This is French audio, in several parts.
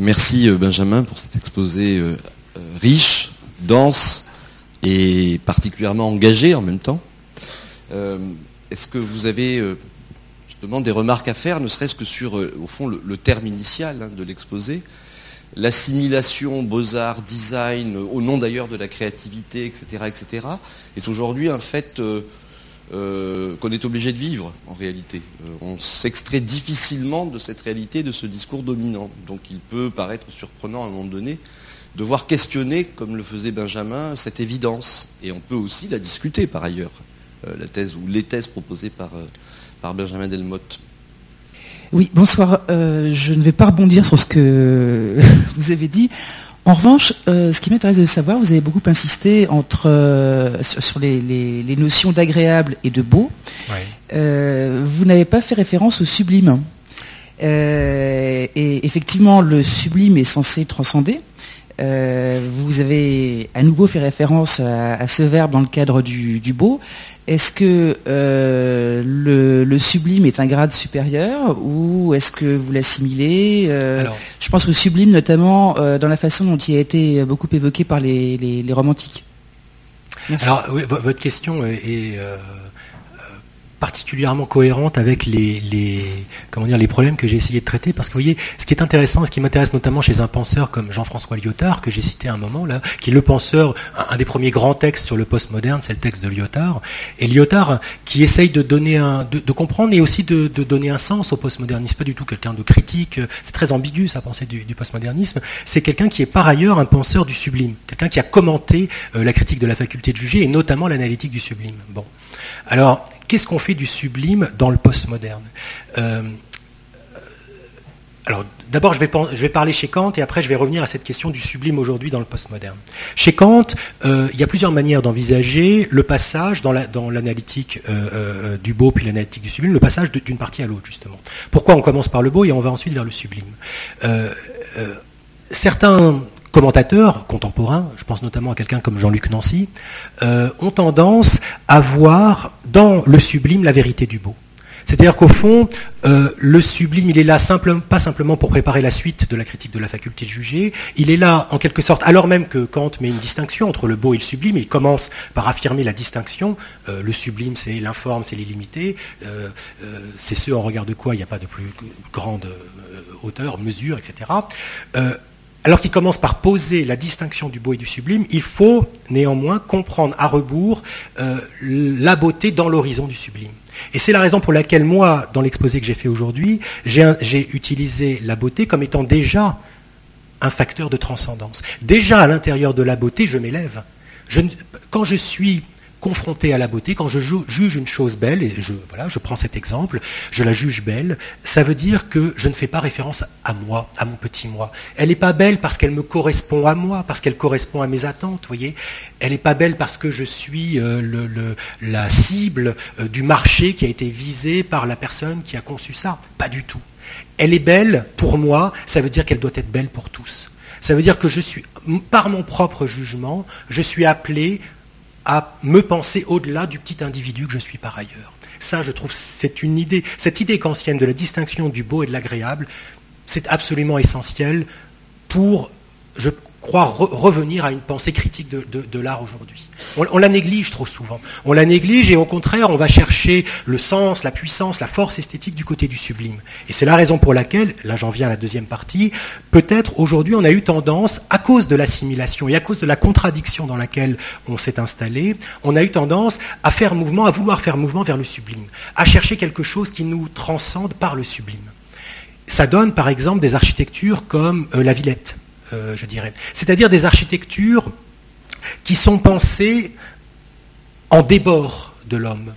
Merci Benjamin pour cet exposé riche, dense et particulièrement engagé en même temps. Est-ce que vous avez justement des remarques à faire, ne serait-ce que sur, au fond, le terme initial de l'exposé, l'assimilation beaux-arts, design, au nom d'ailleurs de la créativité, etc., est aujourd'hui un fait qu'on est obligé de vivre en réalité. On s'extrait difficilement de cette réalité, de ce discours dominant. Donc il peut paraître surprenant à un moment donné de voir questionner, comme le faisait Benjamin, cette évidence. Et on peut aussi la discuter par ailleurs, la thèse ou les thèses proposées par Benjamin Delmotte. Oui, bonsoir. Je ne vais pas rebondir sur ce que vous avez dit. En revanche, ce qui m'intéresse de savoir, vous avez beaucoup insisté sur les notions d'agréable et de beau. Ouais. Vous n'avez pas fait référence au sublime. Et effectivement, le sublime est censé transcender. Vous avez à nouveau fait référence à ce verbe dans le cadre du beau. Est-ce que le sublime est un grade supérieur ou est-ce que vous l'assimilez Je pense au sublime notamment dans la façon dont il a été beaucoup évoqué par les romantiques. Merci. Alors, oui, votre question est particulièrement cohérente avec les problèmes que j'ai essayé de traiter, parce que vous voyez, ce qui est intéressant, ce qui m'intéresse notamment chez un penseur comme Jean-François Lyotard, que j'ai cité à un moment là, qui est le penseur, un des premiers grands textes sur le postmoderne, c'est le texte de Lyotard, et Lyotard qui essaye de donner de comprendre et aussi de donner un sens au postmodernisme, pas du tout quelqu'un de critique, c'est très ambigu sa pensée du postmodernisme, c'est quelqu'un qui est par ailleurs un penseur du sublime, quelqu'un qui a commenté la critique de la faculté de juger et notamment l'analytique du sublime. Bon. Alors, qu'est-ce qu'on fait du sublime dans le postmoderne ? Alors, d'abord, je vais parler chez Kant et après je vais revenir à cette question du sublime aujourd'hui dans le postmoderne. Chez Kant, il y a plusieurs manières d'envisager le passage dans l'analytique du beau puis l'analytique du sublime, le passage d'une partie à l'autre, justement. Pourquoi on commence par le beau et on va ensuite vers le sublime ? Certains commentateurs contemporains, je pense notamment à quelqu'un comme Jean-Luc Nancy, ont tendance à voir dans le sublime la vérité du beau. C'est-à-dire qu'au fond, le sublime, il est là pas simplement pour préparer la suite de la critique de la faculté de juger, il est là en quelque sorte, alors même que Kant met une distinction entre le beau et le sublime, il commence par affirmer la distinction, le sublime c'est l'informe, c'est l'illimité, c'est ce en regard de quoi il n'y a pas de plus grande hauteur, mesure, etc. Alors qu'il commence par poser la distinction du beau et du sublime, il faut néanmoins comprendre à rebours la beauté dans l'horizon du sublime. Et c'est la raison pour laquelle moi, dans l'exposé que j'ai fait aujourd'hui, j'ai utilisé la beauté comme étant déjà un facteur de transcendance. Déjà à l'intérieur de la beauté, je m'élève. Quand je suis confronté à la beauté, quand je juge une chose belle, et je prends cet exemple, je la juge belle, ça veut dire que je ne fais pas référence à moi, à mon petit moi. Elle n'est pas belle parce qu'elle me correspond à moi, parce qu'elle correspond à mes attentes, vous voyez. Elle n'est pas belle parce que je suis la cible du marché qui a été visé par la personne qui a conçu ça. Pas du tout. Elle est belle pour moi, ça veut dire qu'elle doit être belle pour tous. Ça veut dire que par mon propre jugement, je suis appelé à me penser au-delà du petit individu que je suis par ailleurs. Ça, je trouve, c'est une idée, cette idée kantienne de la distinction du beau et de l'agréable, c'est absolument essentiel pour, je crois, revenir à une pensée critique de l'art aujourd'hui. On la néglige trop souvent. On la néglige et au contraire, on va chercher le sens, la puissance, la force esthétique du côté du sublime. Et c'est la raison pour laquelle, là j'en viens à la deuxième partie, peut-être aujourd'hui on a eu tendance, à cause de l'assimilation et à cause de la contradiction dans laquelle on s'est installé, on a eu tendance à vouloir faire mouvement vers le sublime, à chercher quelque chose qui nous transcende par le sublime. Ça donne par exemple des architectures comme la Villette. Je dirais. C'est-à-dire des architectures qui sont pensées en débord de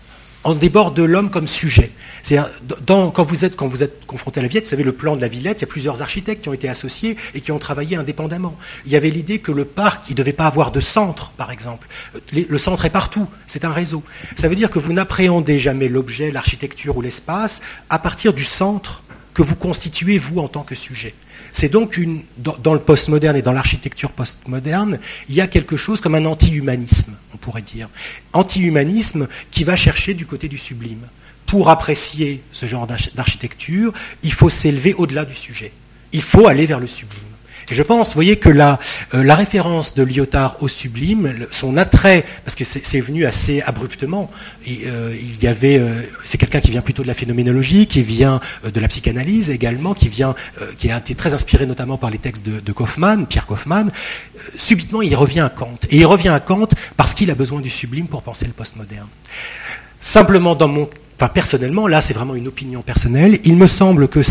l'homme comme sujet. C'est-à-dire, quand vous êtes confronté à la Villette, vous savez, le plan de la Villette, il y a plusieurs architectes qui ont été associés et qui ont travaillé indépendamment. Il y avait l'idée que le parc, il ne devait pas avoir de centre, par exemple. Le centre est partout, c'est un réseau. Ça veut dire que vous n'appréhendez jamais l'objet, l'architecture ou l'espace à partir du centre que vous constituez, vous, en tant que sujet. C'est donc dans le postmoderne et dans l'architecture postmoderne, il y a quelque chose comme un anti-humanisme, on pourrait dire. Anti-humanisme qui va chercher du côté du sublime. Pour apprécier ce genre d'architecture, il faut s'élever au-delà du sujet. Il faut aller vers le sublime. Et je pense, vous voyez, que la référence de Lyotard au sublime, son attrait, parce que c'est venu assez abruptement, c'est quelqu'un qui vient plutôt de la phénoménologie, qui vient de la psychanalyse également, qui a été très inspiré notamment par les textes de Kaufmann, Pierre Kaufmann. Subitement, il revient à Kant. Et il revient à Kant parce qu'il a besoin du sublime pour penser le postmoderne. Simplement, personnellement, là, c'est vraiment une opinion personnelle, il me semble que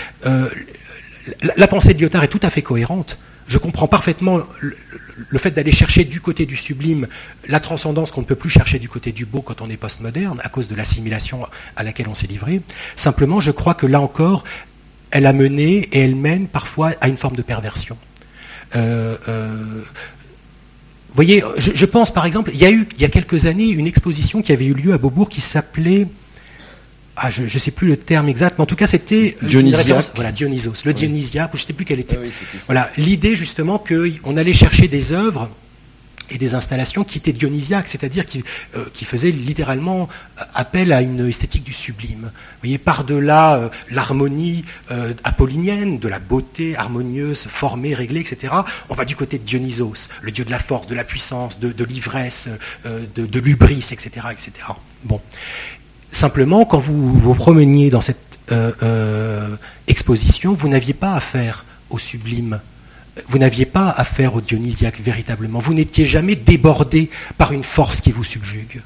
la pensée de Lyotard est tout à fait cohérente. Je comprends parfaitement le fait d'aller chercher du côté du sublime la transcendance qu'on ne peut plus chercher du côté du beau quand on est postmoderne, à cause de l'assimilation à laquelle on s'est livré. Simplement, je crois que là encore, elle a mené et elle mène parfois à une forme de perversion. Vous voyez, je pense par exemple, il y a quelques années une exposition qui avait eu lieu à Beaubourg qui s'appelait... je ne sais plus le terme exact, mais en tout cas c'était Dionysiaque. Dionysos, le Dionysiaque, je ne sais plus quel était. Oui, voilà, l'idée justement qu'on allait chercher des œuvres et des installations qui étaient dionysiaques, c'est-à-dire qui faisaient littéralement appel à une esthétique du sublime. Vous voyez, par-delà l'harmonie apollinienne, de la beauté harmonieuse, formée, réglée, etc., on va du côté de Dionysos, le dieu de la force, de la puissance, de l'ivresse, de l'hubris, etc., etc. Bon. Simplement, quand vous vous promeniez dans cette exposition, vous n'aviez pas affaire au sublime. Vous n'aviez pas affaire au dionysiaque véritablement. Vous n'étiez jamais débordé par une force qui vous subjugue.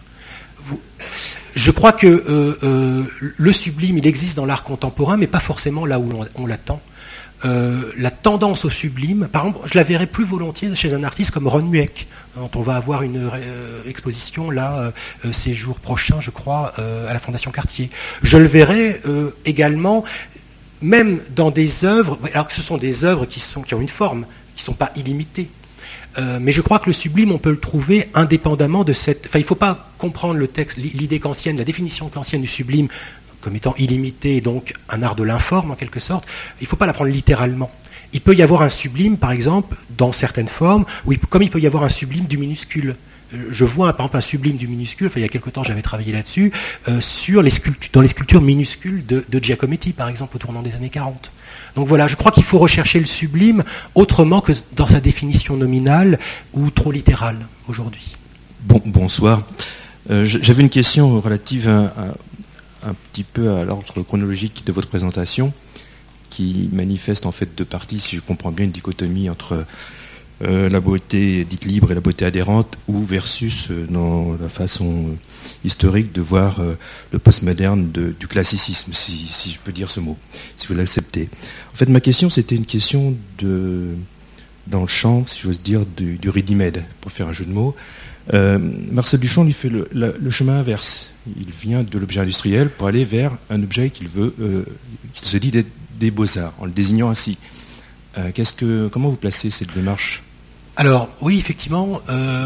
Je crois que le sublime, il existe dans l'art contemporain, mais pas forcément là où on l'attend. La tendance au sublime, par exemple, je la verrais plus volontiers chez un artiste comme Ron Mueck, dont on va avoir une exposition là ces jours prochains, je crois, à la Fondation Cartier. Je le verrais également, même dans des œuvres, alors que ce sont des œuvres qui ont une forme, qui ne sont pas illimitées. Mais je crois que le sublime, on peut le trouver indépendamment de cette... Enfin, il ne faut pas comprendre le texte, l'idée kantienne, la définition kantienne du sublime comme étant illimité, et donc un art de l'informe en quelque sorte. Il ne faut pas la prendre littéralement. Il peut y avoir un sublime, par exemple, dans certaines formes, comme il peut y avoir un sublime du minuscule. Je vois, par exemple, un sublime du minuscule, il y a quelque temps j'avais travaillé là-dessus, dans les sculptures minuscules de Giacometti, par exemple, au tournant des années 40. Donc voilà, je crois qu'il faut rechercher le sublime autrement que dans sa définition nominale ou trop littérale aujourd'hui. Bonsoir. J'avais une question relative un petit peu à l'ordre chronologique de votre présentation, qui manifeste en fait deux parties, si je comprends bien, une dichotomie entre la beauté dite libre et la beauté adhérente, ou versus dans la façon historique de voir le postmoderne du classicisme, si je peux dire ce mot, si vous l'acceptez. En fait, ma question, c'était une question dans le champ, si j'ose dire, du ready-made, pour faire un jeu de mots. Marcel Duchamp lui fait le chemin inverse. Il vient de l'objet industriel pour aller vers un objet qu'il se dit des beaux-arts, en le désignant ainsi. Comment vous placez cette démarche ? Alors, oui, effectivement,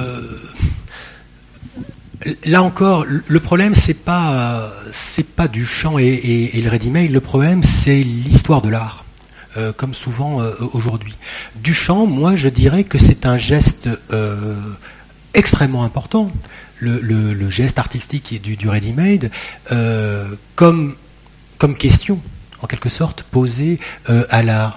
là encore, le problème, c'est pas Duchamp et le ready-made, le problème, c'est l'histoire de l'art, comme souvent aujourd'hui. Duchamp, moi, je dirais que c'est un geste extrêmement important, le geste artistique du ready-made, comme question, en quelque sorte, posée à l'art.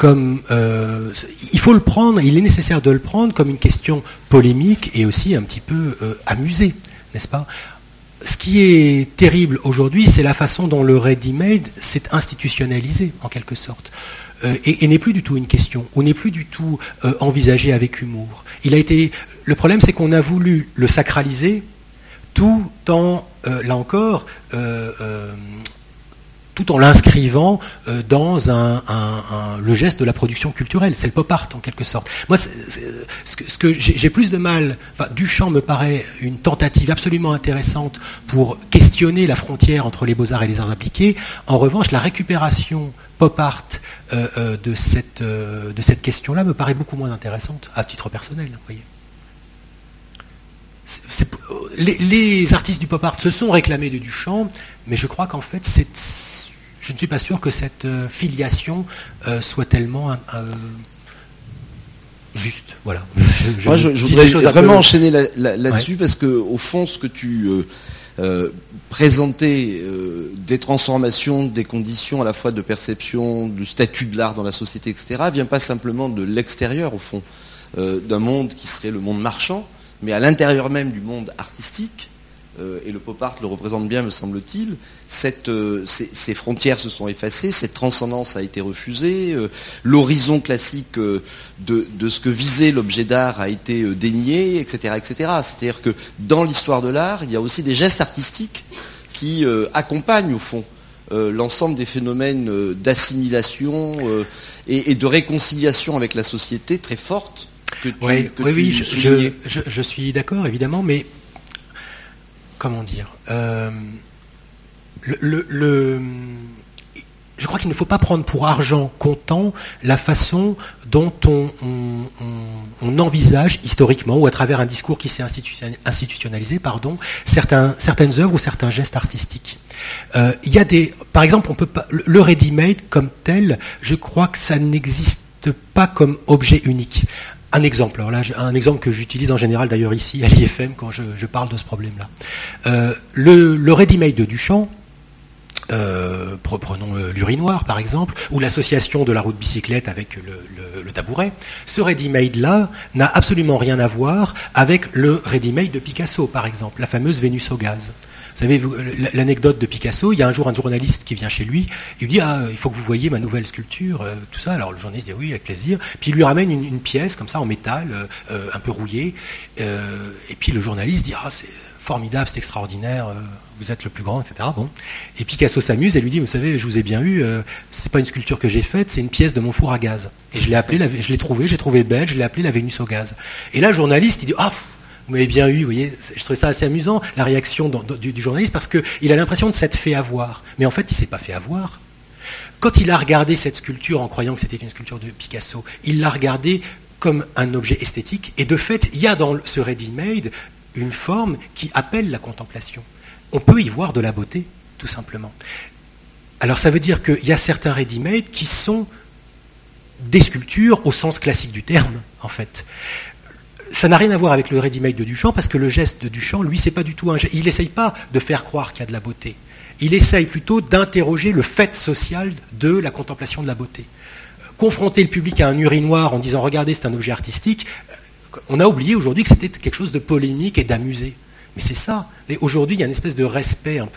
Il faut le prendre, il est nécessaire de le prendre comme une question polémique et aussi un petit peu amusée, n'est-ce pas ? Ce qui est terrible aujourd'hui, c'est la façon dont le ready-made s'est institutionnalisé, en quelque sorte. Et n'est plus du tout une question, ou n'est plus du tout envisagé avec humour. Le problème, c'est qu'on a voulu le sacraliser tout en, là encore, tout en l'inscrivant dans le geste de la production culturelle. C'est le pop art, en quelque sorte. Moi, ce que j'ai plus de mal... Duchamp me paraît une tentative absolument intéressante pour questionner la frontière entre les beaux-arts et les arts appliqués. En revanche, la récupération pop art de cette question-là me paraît beaucoup moins intéressante, à titre personnel, vous voyez. Les artistes du pop art se sont réclamés de Duchamp, mais je crois qu'en fait, je ne suis pas sûr que cette filiation soit tellement juste. Voilà. Moi, je voudrais vraiment enchaîner là-dessus, parce que au fond, ce que tu présenter des transformations, des conditions à la fois de perception, du statut de l'art dans la société, etc., vient pas simplement de l'extérieur, au fond, d'un monde qui serait le monde marchand, mais à l'intérieur même du monde artistique, et le pop art le représente bien, me semble-t-il, ces frontières se sont effacées, cette transcendance a été refusée, l'horizon classique de ce que visait l'objet d'art a été dénié, etc., etc. C'est-à-dire que dans l'histoire de l'art, il y a aussi des gestes artistiques qui accompagnent, au fond, l'ensemble des phénomènes d'assimilation et de réconciliation avec la société très forte que tu soulignais. Je suis d'accord, évidemment, mais comment dire, je crois qu'il ne faut pas prendre pour argent comptant la façon dont on envisage historiquement ou à travers un discours qui s'est institutionnalisé, certaines œuvres ou certains gestes artistiques. Il y a par exemple, on peut pas, le ready-made comme tel, je crois que ça n'existe pas comme objet unique. Un exemple, alors là, un exemple que j'utilise en général d'ailleurs ici à l'IFM quand je parle de ce problème-là. Le ready-made de Duchamp, prenons l'urinoir par exemple, ou l'association de la roue de bicyclette avec le tabouret, ce ready-made-là n'a absolument rien à voir avec le ready-made de Picasso par exemple, la fameuse Vénus au gaz. Vous savez, l'anecdote de Picasso, il y a un jour un journaliste qui vient chez lui, il lui dit « il faut que vous voyiez ma nouvelle sculpture, tout ça ». Alors le journaliste dit « oui, avec plaisir ». Puis il lui ramène une pièce comme ça en métal, un peu rouillée, et puis le journaliste dit « ah, c'est formidable, c'est extraordinaire, vous êtes le plus grand, etc. » Bon. Et Picasso s'amuse et lui dit « vous savez, je vous ai bien eu, c'est pas une sculpture que j'ai faite, c'est une pièce de mon four à gaz. Et j'ai trouvé belle, je l'ai appelée la Vénus au gaz. » Et là, le journaliste, il dit « ah, vous m'avez bien eu, vous voyez, je trouvais ça assez amusant, la réaction du journaliste, parce qu'il a l'impression de s'être fait avoir. Mais en fait, il ne s'est pas fait avoir. Quand il a regardé cette sculpture en croyant que c'était une sculpture de Picasso, il l'a regardée comme un objet esthétique, et de fait, il y a dans ce ready-made une forme qui appelle la contemplation. On peut y voir de la beauté, tout simplement. Alors ça veut dire qu'il y a certains ready-made qui sont des sculptures au sens classique du terme, en fait. Ça n'a rien à voir avec le ready-made de Duchamp, parce que le geste de Duchamp, lui, c'est pas du tout un geste. Il n'essaye pas de faire croire qu'il y a de la beauté. Il essaye plutôt d'interroger le fait social de la contemplation de la beauté. Confronter le public à un urinoir en disant « regardez, c'est un objet artistique », on a oublié aujourd'hui que c'était quelque chose de polémique et d'amusé. Mais c'est ça. Et aujourd'hui, il y a une espèce de respect un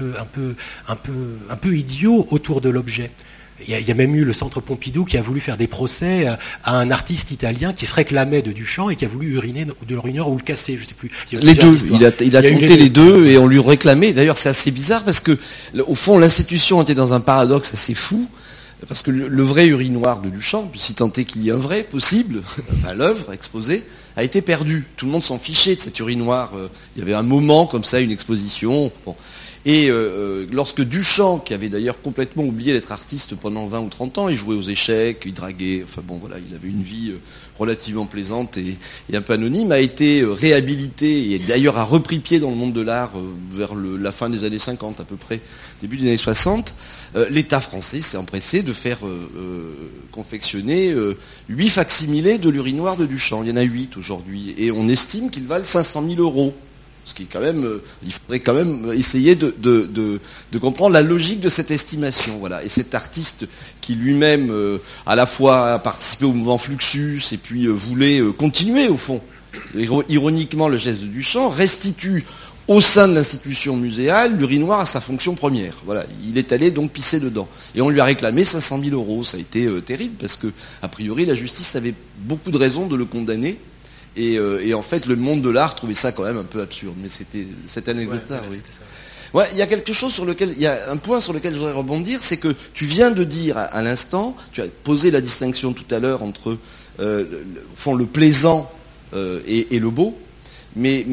peu idiot autour de l'objet. Il y a même eu le Centre Pompidou qui a voulu faire des procès à un artiste italien qui se réclamait de Duchamp et qui a voulu uriner de l'urineur ou le casser, je ne sais plus. Les deux, il a tenté les deux et on lui réclamait. D'ailleurs, c'est assez bizarre parce que, au fond, l'institution était dans un paradoxe assez fou. Parce que le vrai urinoir de Duchamp, si tant est qu'il y ait un vrai possible, enfin l'œuvre exposée, a été perdue. Tout le monde s'en fichait de cet urinoir. Il y avait un moment comme ça, une exposition. Bon. Et lorsque Duchamp, qui avait d'ailleurs complètement oublié d'être artiste pendant 20 ou 30 ans, il jouait aux échecs, il draguait, enfin bon voilà, il avait une vie relativement plaisante et un peu anonyme, a été réhabilité et d'ailleurs a repris pied dans le monde de l'art vers la fin des années 50 à peu près, début des années 60. L'État français s'est empressé de faire confectionner 8 facsimilés de l'urinoir de Duchamp. Il y en a 8 aujourd'hui et on estime qu'ils valent 500 000 €. Ce qui est quand même, il faudrait quand même essayer de comprendre la logique de cette estimation. Voilà. Et cet artiste qui lui-même, à la fois a participé au mouvement Fluxus et puis voulait continuer au fond, ironiquement le geste de Duchamp, restitue au sein de l'institution muséale l'urinoir à sa fonction première. Voilà. Il est allé donc pisser dedans. Et on lui a réclamé 500 000 €. Ça a été terrible parce que, a priori, la justice avait beaucoup de raisons de le condamner. Et en fait, le monde de l'art trouvait ça quand même un peu absurde. Mais c'était cette anecdote-là, oui. Ouais, il y a quelque chose sur lequel, il y a un point sur lequel je voudrais rebondir, c'est que tu viens de dire à l'instant, tu as posé la distinction tout à l'heure entre le plaisant et le beau, mais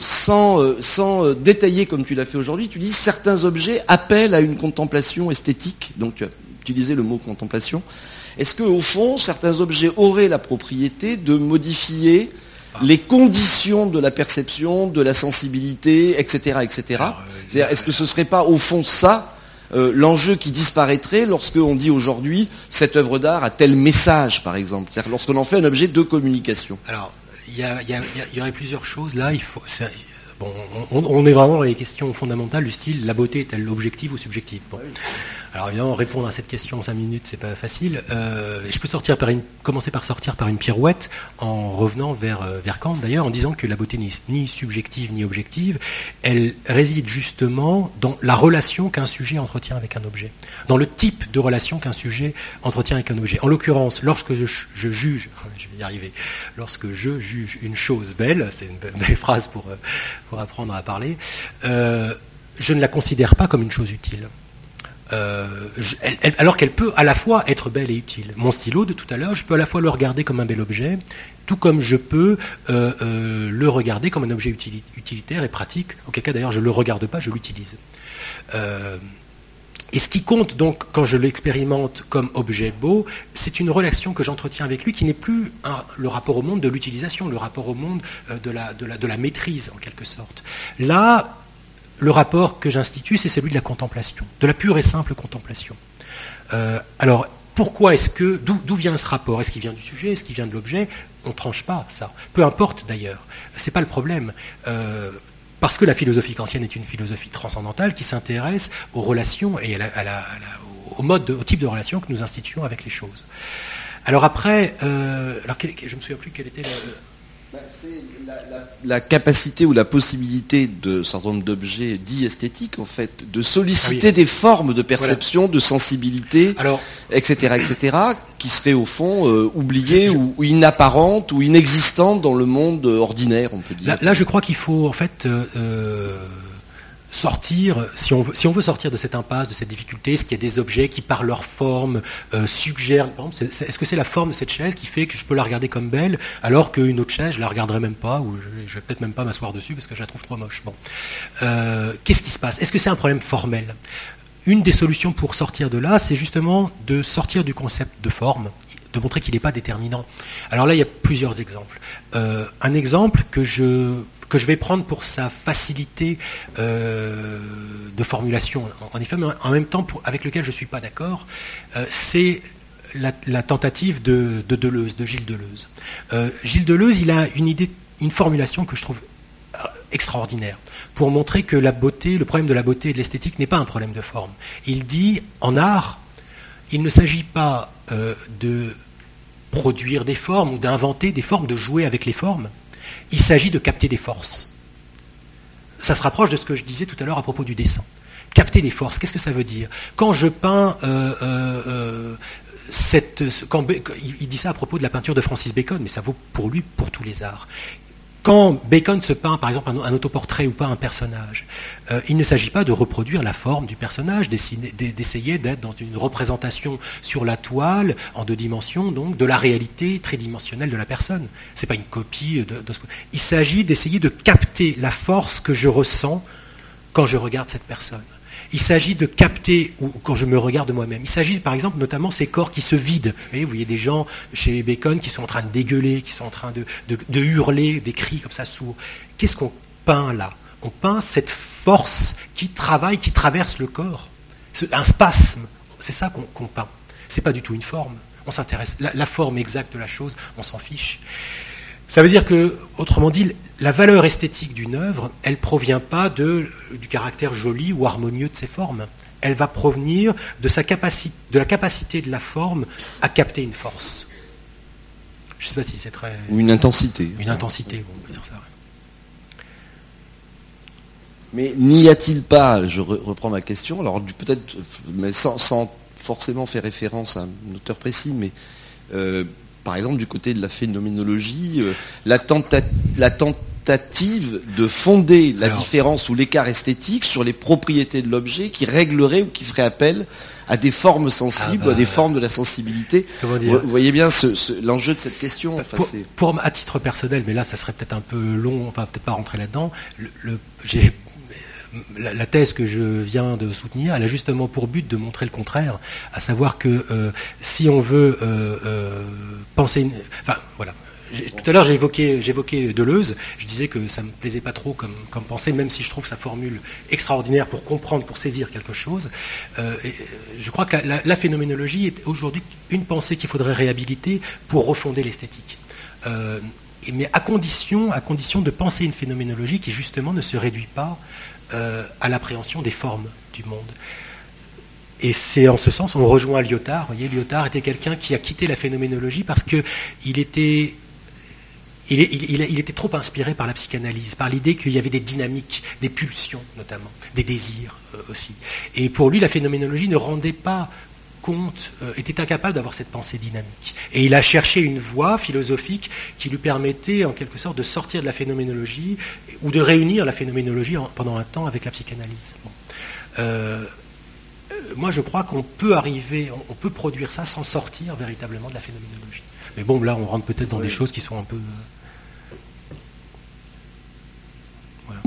sans détailler comme tu l'as fait aujourd'hui, tu dis certains objets appellent à une contemplation esthétique. Donc tu as utilisé le mot contemplation. Est-ce que au fond, certains objets auraient la propriété de modifier les conditions de la perception, de la sensibilité, etc., etc. C'est-à-dire, est-ce que ce ne serait pas au fond ça l'enjeu qui disparaîtrait lorsqu'on dit aujourd'hui cette œuvre d'art a tel message, par exemple, c'est-à-dire lorsqu'on en fait un objet de communication? Alors, il y aurait plusieurs choses là. Bon, on est vraiment dans les questions fondamentales du style, la beauté est-elle objective ou subjective? Bon. Alors évidemment, répondre à cette question en 5 minutes, c'est pas facile. Je peux commencer par sortir par une pirouette en revenant vers Kant d'ailleurs, en disant que la beauté n'est ni subjective ni objective. Elle réside justement dans la relation qu'un sujet entretient avec un objet, dans le type de relation qu'un sujet entretient avec un objet. En l'occurrence, lorsque je juge, je vais y arriver, lorsque je juge une chose belle, c'est une belle phrase pour apprendre à parler, je ne la considère pas comme une chose utile. Alors qu'elle peut à la fois être belle et utile. Mon stylo de tout à l'heure, je peux à la fois le regarder comme un bel objet, tout comme je peux le regarder comme un objet utilitaire et pratique, auquel cas d'ailleurs je ne le regarde pas, je l'utilise. Et ce qui compte donc quand je l'expérimente comme objet beau, c'est une relation que j'entretiens avec lui qui n'est plus le rapport au monde de l'utilisation, le rapport au monde de la maîtrise en quelque sorte. Là, le rapport que j'institue, c'est celui de la contemplation, de la pure et simple contemplation. Alors, pourquoi d'où vient ce rapport? Est-ce qu'il vient du sujet? Est-ce qu'il vient de l'objet? On ne tranche pas ça. Peu importe d'ailleurs. C'est pas le problème. Parce que la philosophie kantienne est une philosophie transcendantale qui s'intéresse aux relations et au type de relation que nous instituons avec les choses. Alors après, je ne me souviens plus quelle était c'est la capacité ou la possibilité de certain nombre d'objets dits esthétiques, en fait, de solliciter des formes de perception, de sensibilité, etc., qui seraient au fond oubliées ou inapparentes ou inexistantes dans le monde ordinaire, on peut dire. Là, je crois qu'il faut en fait sortir, si on veut sortir de cette impasse, de cette difficulté, est-ce qu'il y a des objets qui, par leur forme, suggèrent, par exemple, est-ce que c'est la forme de cette chaise qui fait que je peux la regarder comme belle, alors qu'une autre chaise, je la regarderai même pas, ou je vais peut-être même pas m'asseoir dessus parce que je la trouve trop moche. Bon. Qu'est-ce qui se passe? Est-ce que c'est un problème formel? Une des solutions pour sortir de là, c'est justement de sortir du concept de forme, de montrer qu'il n'est pas déterminant. Alors là, il y a plusieurs exemples. Un exemple que je vais prendre pour sa facilité de formulation, en effet, mais en même temps avec lequel je ne suis pas d'accord, c'est la tentative de Deleuze, de Gilles Deleuze. Gilles Deleuze, il a une formulation que je trouve extraordinaire, pour montrer que la beauté, le problème de la beauté et de l'esthétique n'est pas un problème de forme. Il dit, en art, il ne s'agit pas de produire des formes ou d'inventer des formes, de jouer avec les formes. Il s'agit de capter des forces. Ça se rapproche de ce que je disais tout à l'heure à propos du dessin. Capter des forces, qu'est-ce que ça veut dire? Quand je peins, il dit ça à propos de la peinture de Francis Bacon, mais ça vaut pour lui, pour tous les arts. Quand Bacon se peint, par exemple, un autoportrait ou pas un personnage, il ne s'agit pas de reproduire la forme du personnage, d'essayer d'être dans une représentation sur la toile, en 2 dimensions, donc, de la réalité tridimensionnelle de la personne. Ce n'est pas une copie Il s'agit d'essayer de capter la force que je ressens quand je regarde cette personne. Il s'agit de capter, ou quand je me regarde moi-même, il s'agit par exemple notamment ces corps qui se vident. Vous voyez des gens chez Bacon qui sont en train de dégueuler, qui sont en train de hurler, des cris comme ça sourds. Qu'est-ce qu'on peint là? On peint cette force qui travaille, qui traverse le corps. Un spasme, c'est ça qu'on peint. C'est pas du tout une forme. On s'intéresse, la forme exacte de la chose, on s'en fiche. Ça veut dire que, autrement dit, la valeur esthétique d'une œuvre, elle ne provient pas du caractère joli ou harmonieux de ses formes. Elle va provenir de la capacité de la forme à capter une force. Je ne sais pas si c'est très... Ou une intensité. Une intensité, on peut dire ça. Mais n'y a-t-il pas, je reprends ma question, alors peut-être, mais sans forcément faire référence à un auteur précis, mais... par exemple, du côté de la phénoménologie, la tentative de fonder la différence ou l'écart esthétique sur les propriétés de l'objet qui réglerait ou qui ferait appel à des formes sensibles, ou à des formes de la sensibilité. Vous voyez bien l'enjeu de cette question. Enfin, à titre personnel, mais là, ça serait peut-être un peu long, enfin, peut-être pas rentrer là-dedans, la thèse que je viens de soutenir, elle a justement pour but de montrer le contraire, à savoir que si on veut penser... Enfin, voilà. Tout à l'heure, j'évoquais Deleuze. Je disais que ça ne me plaisait pas trop comme pensée, même si je trouve sa formule extraordinaire pour comprendre, pour saisir quelque chose. Je crois que la phénoménologie est aujourd'hui une pensée qu'il faudrait réhabiliter pour refonder l'esthétique. mais à condition de penser une phénoménologie qui justement ne se réduit pas à l'appréhension des formes du monde. Et c'est en ce sens, on rejoint Lyotard. Vous voyez, Lyotard était quelqu'un qui a quitté la phénoménologie parce qu'il était trop inspiré par la psychanalyse, par l'idée qu'il y avait des dynamiques, des pulsions notamment, des désirs aussi. Et pour lui, la phénoménologie ne rendait pas compte, était incapable d'avoir cette pensée dynamique. Et il a cherché une voie philosophique qui lui permettait en quelque sorte de sortir de la phénoménologie ou de réunir la phénoménologie pendant un temps avec la psychanalyse. Bon. Moi, je crois qu'on peut on peut produire ça sans sortir véritablement de la phénoménologie. Mais bon, là, on rentre peut-être dans des choses qui sont un peu... Voilà.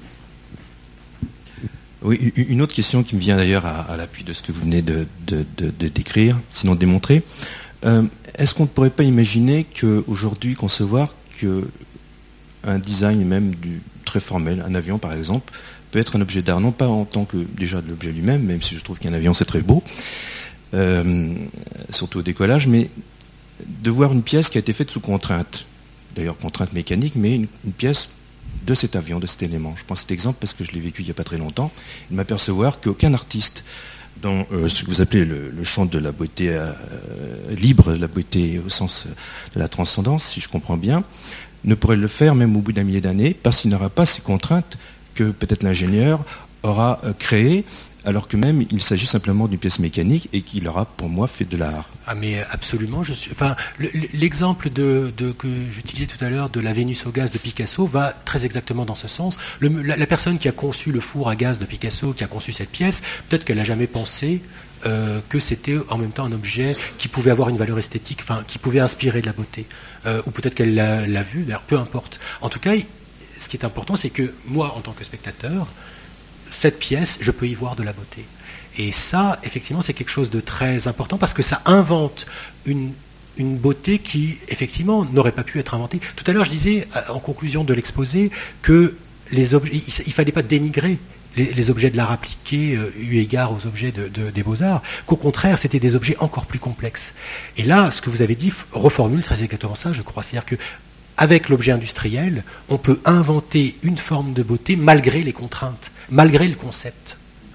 Oui, une autre question qui me vient d'ailleurs à l'appui de ce que vous venez de décrire, sinon de démontrer. Est-ce qu'on ne pourrait pas imaginer qu'aujourd'hui, concevoir qu'un design même très formel, un avion par exemple, peut être un objet d'art, non pas en tant que déjà de l'objet lui-même, même si je trouve qu'un avion c'est très beau, surtout au décollage, mais de voir une pièce qui a été faite sous contrainte, d'ailleurs contrainte mécanique, mais une pièce de cet avion, de cet élément. Je prends cet exemple parce que je l'ai vécu il n'y a pas très longtemps, et de m'apercevoir qu'aucun artiste dans ce que vous appelez le champ de la beauté libre, la beauté au sens de la transcendance, si je comprends bien, ne pourrait le faire même au bout d'un millier d'années, parce qu'il n'aura pas ces contraintes que peut-être l'ingénieur aura créées, alors que même il s'agit simplement d'une pièce mécanique et qu'il aura, pour moi, fait de l'art. Ah mais absolument, l'exemple que j'utilisais tout à l'heure de la Vénus au gaz de Picasso va très exactement dans ce sens. La personne qui a conçu le four à gaz de Picasso, qui a conçu cette pièce, peut-être qu'elle n'a jamais pensé que c'était en même temps un objet qui pouvait avoir une valeur esthétique, qui pouvait inspirer de la beauté. Ou peut-être qu'elle l'a vu, d'ailleurs, peu importe. En tout cas, ce qui est important, c'est que moi, en tant que spectateur, cette pièce, je peux y voir de la beauté. Et ça, effectivement, c'est quelque chose de très important parce que ça invente une beauté qui, effectivement, n'aurait pas pu être inventée. Tout à l'heure, je disais, en conclusion de l'exposé, que les objets, il ne fallait pas dénigrer les objets de l'art appliqué eu égard aux objets des beaux-arts, qu'au contraire, c'était des objets encore plus complexes. Et là, ce que vous avez dit reformule très exactement ça, je crois. C'est-à-dire que avec l'objet industriel, on peut inventer une forme de beauté malgré les contraintes, malgré le concept.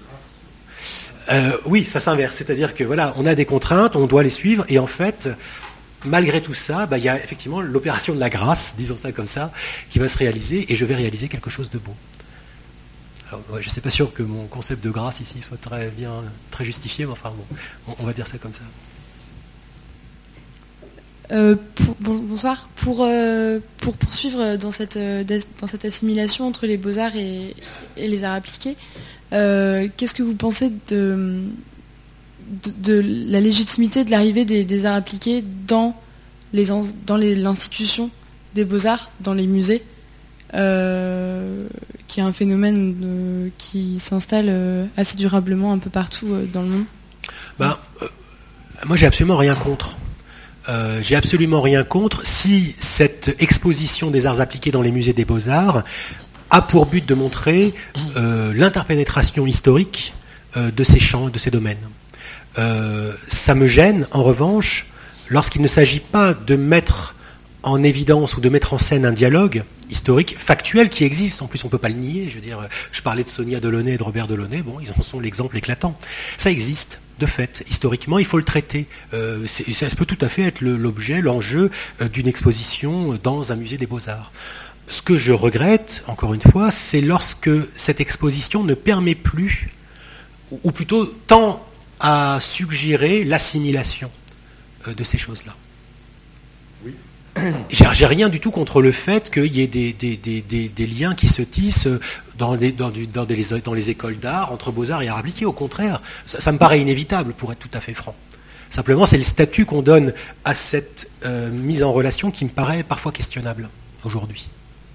Oui, ça s'inverse. C'est-à-dire que voilà, on a des contraintes, on doit les suivre, et en fait, malgré tout ça, il y a effectivement l'opération de la grâce, disons ça comme ça, qui va se réaliser, et je vais réaliser quelque chose de beau. Alors, je ne suis pas sûr que mon concept de grâce ici soit très justifié, mais enfin bon, on va dire ça comme ça. Bonsoir. Pour poursuivre dans cette assimilation entre les beaux-arts et les arts appliqués, qu'est-ce que vous pensez de la légitimité de l'arrivée des arts appliqués dans l'institution des beaux-arts, dans les musées, qui est un phénomène qui s'installe assez durablement un peu partout dans le monde? Moi, j'ai absolument rien contre. J'ai absolument rien contre si cette exposition des arts appliqués dans les musées des beaux-arts a pour but de montrer l'interpénétration historique de ces champs, de ces domaines. Ça me gêne, en revanche, lorsqu'il ne s'agit pas de mettre en évidence ou de mettre en scène un dialogue historique, factuel, qui existe. En plus, on ne peut pas le nier. Je veux dire, je parlais de Sonia Delaunay et de Robert Delaunay. Bon, ils en sont l'exemple éclatant. Ça existe, de fait. Historiquement, il faut le traiter. Ça peut tout à fait être l'enjeu d'une exposition dans un musée des Beaux-Arts. Ce que je regrette, encore une fois, c'est lorsque cette exposition ne permet plus, ou plutôt tend à suggérer l'assimilation de ces choses-là. Oui. J'ai rien du tout contre le fait qu'il y ait des liens qui se tissent dans les écoles d'art, entre beaux-arts et arts appliqués. Au contraire, ça me paraît inévitable, pour être tout à fait franc. Simplement, c'est le statut qu'on donne à cette mise en relation qui me paraît parfois questionnable aujourd'hui.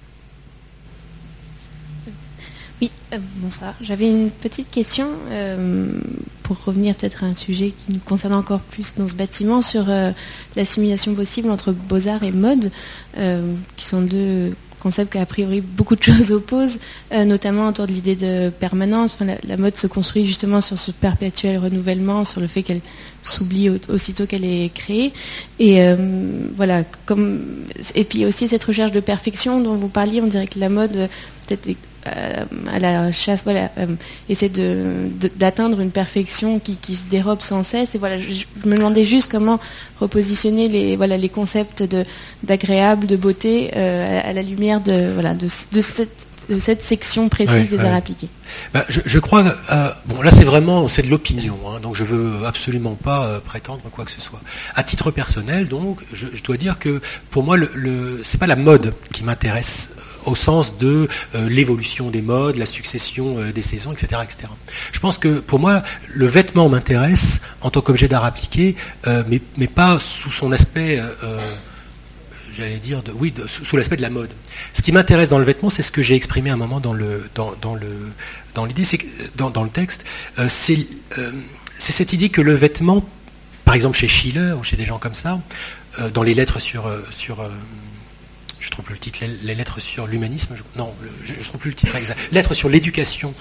Oui, bonsoir. J'avais une petite question pour revenir peut-être à un sujet qui nous concerne encore plus dans ce bâtiment sur l'assimilation possible entre beaux-arts et mode, qui sont deux concept qu'a priori beaucoup de choses opposent, notamment autour de l'idée de permanence. Enfin, la mode se construit justement sur ce perpétuel renouvellement, sur le fait qu'elle s'oublie aussitôt qu'elle est créée. Et voilà, et puis aussi cette recherche de perfection dont vous parliez, on dirait que la mode peut-être à la chasse, voilà, essaie d'atteindre une perfection qui se dérobe sans cesse. Et voilà, je me demandais juste comment repositionner les concepts d'agréable, de beauté à la lumière de cette section précise des arts appliqués. Ben, je crois, bon là c'est de l'opinion, hein, donc je veux absolument pas prétendre quoi que ce soit. À titre personnel, donc, je dois dire que pour moi, c'est pas la mode qui m'intéresse au sens de l'évolution des modes, la succession des saisons, etc., etc. Je pense que pour moi, le vêtement m'intéresse en tant qu'objet d'art appliqué, mais pas sous son aspect, j'allais dire, sous l'aspect de la mode. Ce qui m'intéresse dans le vêtement, c'est ce que j'ai exprimé à un moment dans l'idée, c'est dans le texte, c'est cette idée que le vêtement, par exemple chez Schiller ou chez des gens comme ça, dans les lettres sur je ne trouve plus le titre, les lettres sur l'humanisme, je ne trouve plus le titre exact, lettres sur l'éducation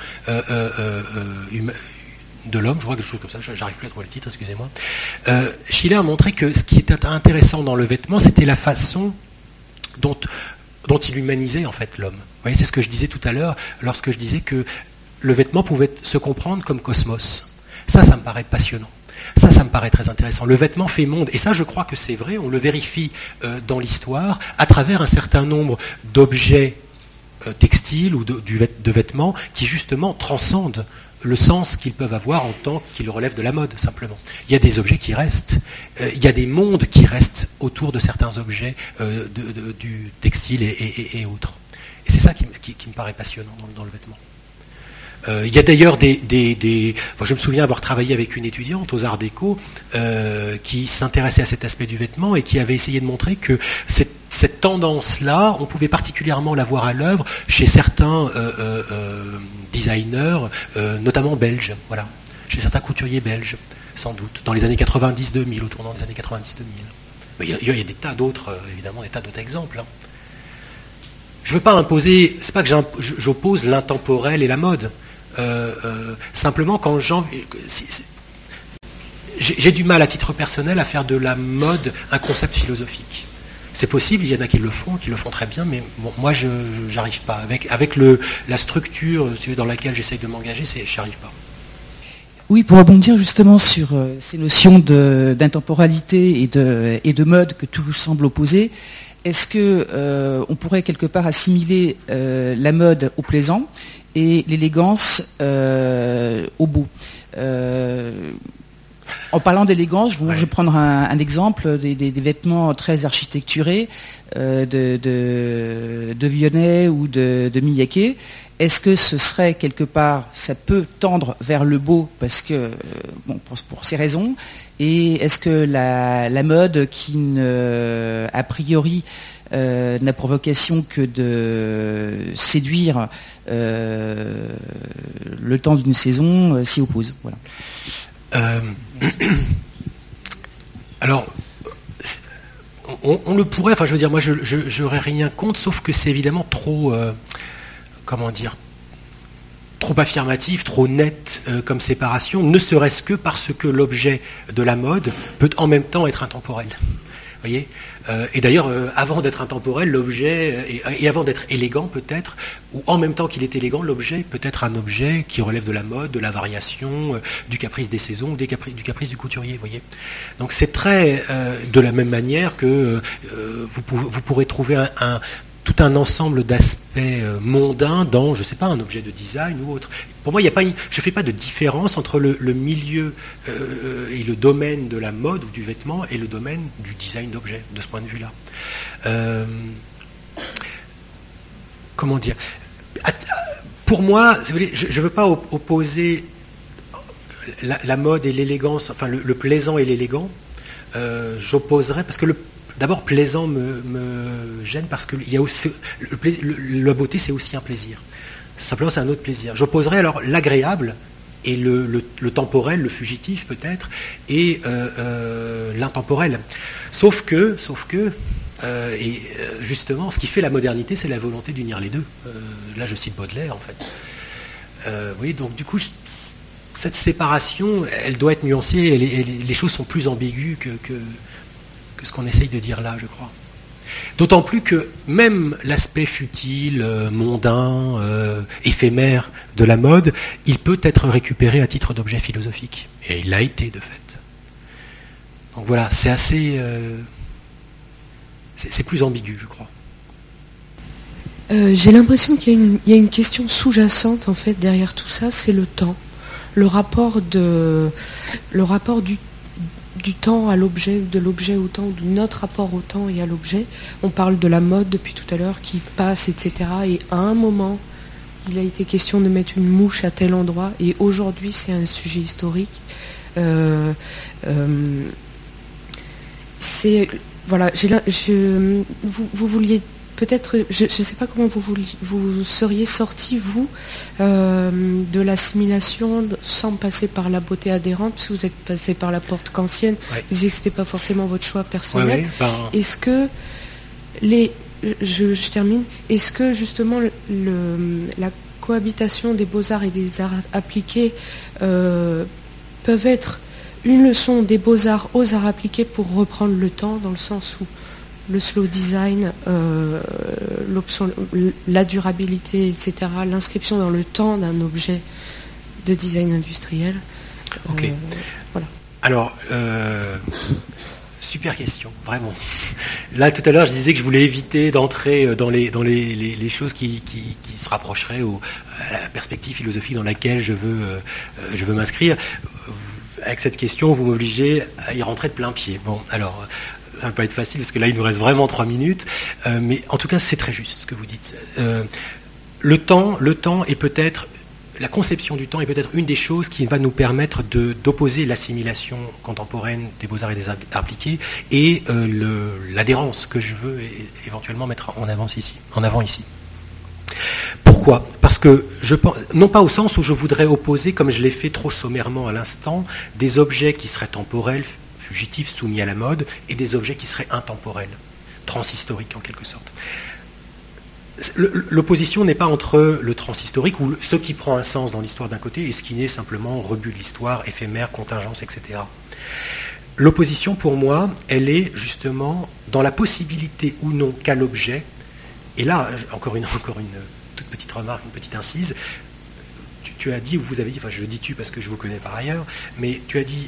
de l'homme, je crois quelque chose comme ça, j'arrive plus à trouver le titre, excusez-moi. Schiller a montré que ce qui était intéressant dans le vêtement, c'était la façon dont il humanisait en fait l'homme. Vous voyez, c'est ce que je disais tout à l'heure, lorsque je disais que le vêtement pouvait se comprendre comme cosmos. Ça me paraît passionnant. Ça me paraît très intéressant. Le vêtement fait monde, et ça je crois que c'est vrai, on le vérifie dans l'histoire, à travers un certain nombre d'objets textiles ou de vêtements qui justement transcendent le sens qu'ils peuvent avoir en tant qu'ils relèvent de la mode, simplement. Il y a des objets qui restent, il y a des mondes qui restent autour de certains objets du textile et autres. Et c'est ça qui me paraît passionnant dans le vêtement. Il y a d'ailleurs je me souviens avoir travaillé avec une étudiante aux Arts Déco qui s'intéressait à cet aspect du vêtement et qui avait essayé de montrer que cette tendance-là, on pouvait particulièrement la voir à l'œuvre chez certains designers, notamment belges, voilà, chez certains couturiers belges, sans doute, dans les années 90-2000, au tournant des années 90-2000. Mais il y a des tas d'autres, évidemment, des tas d'autres exemples. Hein. Je ne veux pas imposer, c'est pas que j'oppose l'intemporel et la mode. Simplement, quand j'ai du mal à titre personnel à faire de la mode un concept philosophique. C'est possible, il y en a qui le font très bien, mais bon, moi je n'arrive pas. Avec la structure dans laquelle j'essaye de m'engager, je n'y arrive pas. Oui, pour rebondir justement sur ces notions d'intemporalité et de mode que tout semble opposer, est-ce que on pourrait quelque part assimiler la mode au plaisant et l'élégance au beau? En parlant d'élégance, je vais prendre un exemple des vêtements très architecturés de Vionnet ou de Miyake. Est-ce que ce serait quelque part, ça peut tendre vers le beau parce que, pour ces raisons, et est-ce que la mode qui a priori n'a pour vocation que de séduire le temps d'une saison s'y oppose? Voilà. Alors, on le pourrait, enfin je veux dire, moi je n'aurais rien contre, sauf que c'est évidemment trop, trop affirmatif, trop net comme séparation, ne serait-ce que parce que l'objet de la mode peut en même temps être intemporel. Voyez, et d'ailleurs, avant d'être intemporel, l'objet, et avant d'être élégant peut-être, ou en même temps qu'il est élégant, l'objet peut être un objet qui relève de la mode, de la variation, du caprice des saisons, du caprice du couturier. Voyez. Donc c'est très, de la même manière que vous pourrez trouver tout un ensemble d'aspects mondains dans, je ne sais pas, un objet de design ou autre. Pour moi, je ne fais pas de différence entre le milieu et le domaine de la mode ou du vêtement et le domaine du design d'objet, de ce point de vue-là. Comment dire? Pour moi, je ne veux pas opposer la mode et l'élégance, enfin le plaisant et l'élégant. J'opposerais, parce que d'abord, plaisant me gêne parce que il y a aussi, la beauté, c'est aussi un plaisir. Simplement, c'est un autre plaisir. J'opposerais alors l'agréable et le temporel, le fugitif peut-être, et l'intemporel. Sauf que Justement, ce qui fait la modernité, c'est la volonté d'unir les deux. Là, je cite Baudelaire, en fait. Oui, donc du coup, cette séparation, elle doit être nuancée, et les choses sont plus ambiguës que ce qu'on essaye de dire là, je crois. D'autant plus que même l'aspect futile, mondain, éphémère de la mode, il peut être récupéré à titre d'objet philosophique. Et il l'a été, de fait. Donc voilà, c'est assez... c'est plus ambigu, je crois. J'ai l'impression qu'il y a une question sous-jacente, en fait, derrière tout ça, c'est le temps. Le rapport du temps à l'objet, de l'objet au temps, de notre rapport au temps et à l'objet. On parle de la mode depuis tout à l'heure qui passe, etc. Et à un moment, il a été question de mettre une mouche à tel endroit. Et aujourd'hui, c'est un sujet historique. Voilà. Vous vouliez peut-être, je ne sais pas comment vous seriez sorti, vous, de l'assimilation sans passer par la beauté adhérente, parce que vous êtes passé par la porte kantienne, vous disiez que ce n'était pas forcément votre choix personnel. Est-ce que, je termine, est-ce que justement la cohabitation des beaux-arts et des arts appliqués peuvent être une leçon des beaux-arts aux arts appliqués pour reprendre le temps, dans le sens où le slow design, la durabilité, etc., l'inscription dans le temps d'un objet de design industriel. Ok. Voilà. Alors, super question, vraiment. Là, tout à l'heure, je disais que je voulais éviter d'entrer dans les choses qui se rapprocheraient à la perspective philosophique dans laquelle je veux m'inscrire. Avec cette question, vous m'obligez à y rentrer de plein pied. Bon, alors... ça ne va pas être facile parce que là il nous reste vraiment 3 minutes, mais en tout cas c'est très juste ce que vous dites. Le temps est peut-être, la conception du temps est peut-être une des choses qui va nous permettre d'opposer l'assimilation contemporaine des beaux-arts et des arts appliqués et l'adhérence que je veux éventuellement mettre en avant ici. Pourquoi ? Parce que je pense, non pas au sens où je voudrais opposer, comme je l'ai fait trop sommairement à l'instant, des objets qui seraient temporels, fugitifs, soumis à la mode, et des objets qui seraient intemporels, transhistoriques en quelque sorte. L'opposition n'est pas entre le transhistorique, ou ce qui prend un sens dans l'histoire d'un côté, et ce qui n'est simplement rebut de l'histoire, éphémère, contingence, etc. L'opposition, pour moi, elle est justement dans la possibilité ou non qu'a l'objet, et là, encore une toute petite remarque, une petite incise, tu as dit, ou vous avez dit, enfin je dis tu parce que je vous connais par ailleurs, mais tu as dit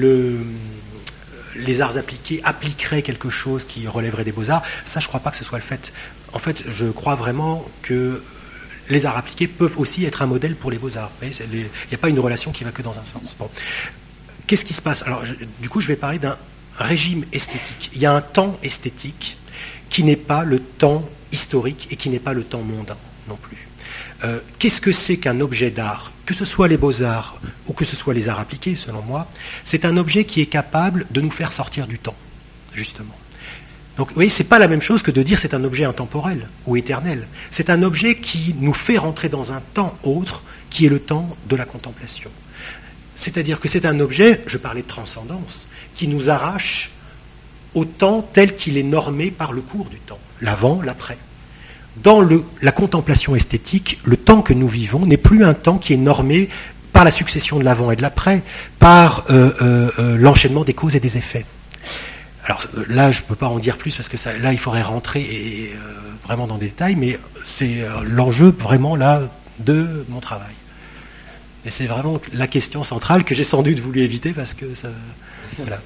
les arts appliqués appliqueraient quelque chose qui relèverait des beaux-arts. Ça, je ne crois pas que ce soit le fait. En fait, je crois vraiment que les arts appliqués peuvent aussi être un modèle pour les beaux-arts. Il n'y a pas une relation qui va que dans un sens. Bon. Qu'est-ce qui se passe ? Alors, du coup, je vais parler d'un régime esthétique. Il y a un temps esthétique qui n'est pas le temps historique et qui n'est pas le temps mondain non plus. Qu'est-ce que c'est qu'un objet d'art ? Que ce soit les beaux-arts ou que ce soit les arts appliqués, selon moi, c'est un objet qui est capable de nous faire sortir du temps, justement. Donc, vous voyez, ce n'est pas la même chose que de dire c'est un objet intemporel ou éternel. C'est un objet qui nous fait rentrer dans un temps autre, qui est le temps de la contemplation. C'est-à-dire que c'est un objet, je parlais de transcendance, qui nous arrache au temps tel qu'il est normé par le cours du temps, l'avant, l'après. Dans la contemplation esthétique, le temps que nous vivons n'est plus un temps qui est normé par la succession de l'avant et de l'après, par l'enchaînement des causes et des effets. Alors là, je ne peux pas en dire plus parce que là, il faudrait rentrer vraiment dans des détails, mais c'est l'enjeu vraiment là de mon travail. Et c'est vraiment la question centrale que j'ai sans doute voulu éviter parce que ça... Voilà.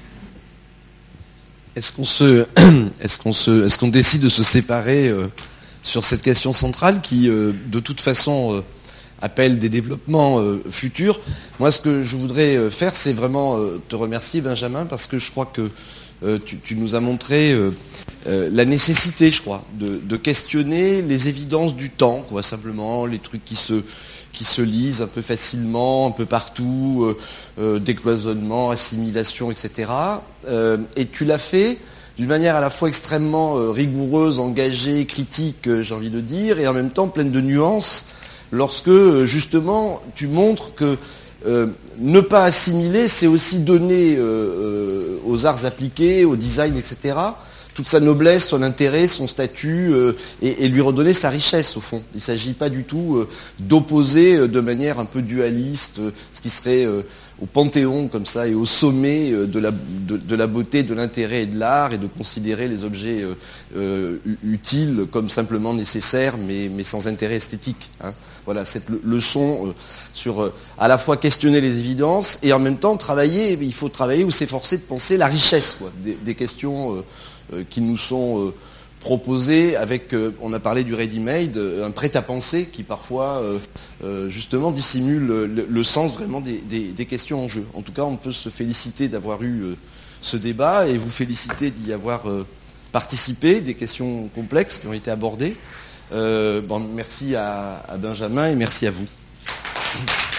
Est-ce qu'on décide de se séparer sur cette question centrale qui, de toute façon, appelle des développements futurs ? Moi, ce que je voudrais faire, c'est vraiment te remercier, Benjamin, parce que je crois que tu nous as montré la nécessité, je crois, de questionner les évidences du temps, quoi, simplement, les trucs qui se lisent un peu facilement, un peu partout, décloisonnement, assimilation, etc. Et tu l'as fait d'une manière à la fois extrêmement rigoureuse, engagée, critique, j'ai envie de dire, et en même temps pleine de nuances, lorsque justement tu montres que ne pas assimiler, c'est aussi donner aux arts appliqués, au design, etc., toute sa noblesse, son intérêt, son statut, et lui redonner sa richesse au fond. Il ne s'agit pas du tout d'opposer de manière un peu dualiste ce qui serait au panthéon comme ça et au sommet de la beauté, de l'intérêt et de l'art, et de considérer les objets utiles comme simplement nécessaires mais sans intérêt esthétique. Hein. Voilà, cette leçon sur à la fois questionner les évidences et en même temps travailler, il faut travailler ou s'efforcer de penser la richesse des questions qui nous sont proposées avec, on a parlé du ready-made, un prêt-à-penser qui parfois justement dissimule le sens vraiment des questions en jeu. En tout cas, on peut se féliciter d'avoir eu ce débat et vous féliciter d'y avoir participé, des questions complexes qui ont été abordées. Merci à Benjamin et merci à vous.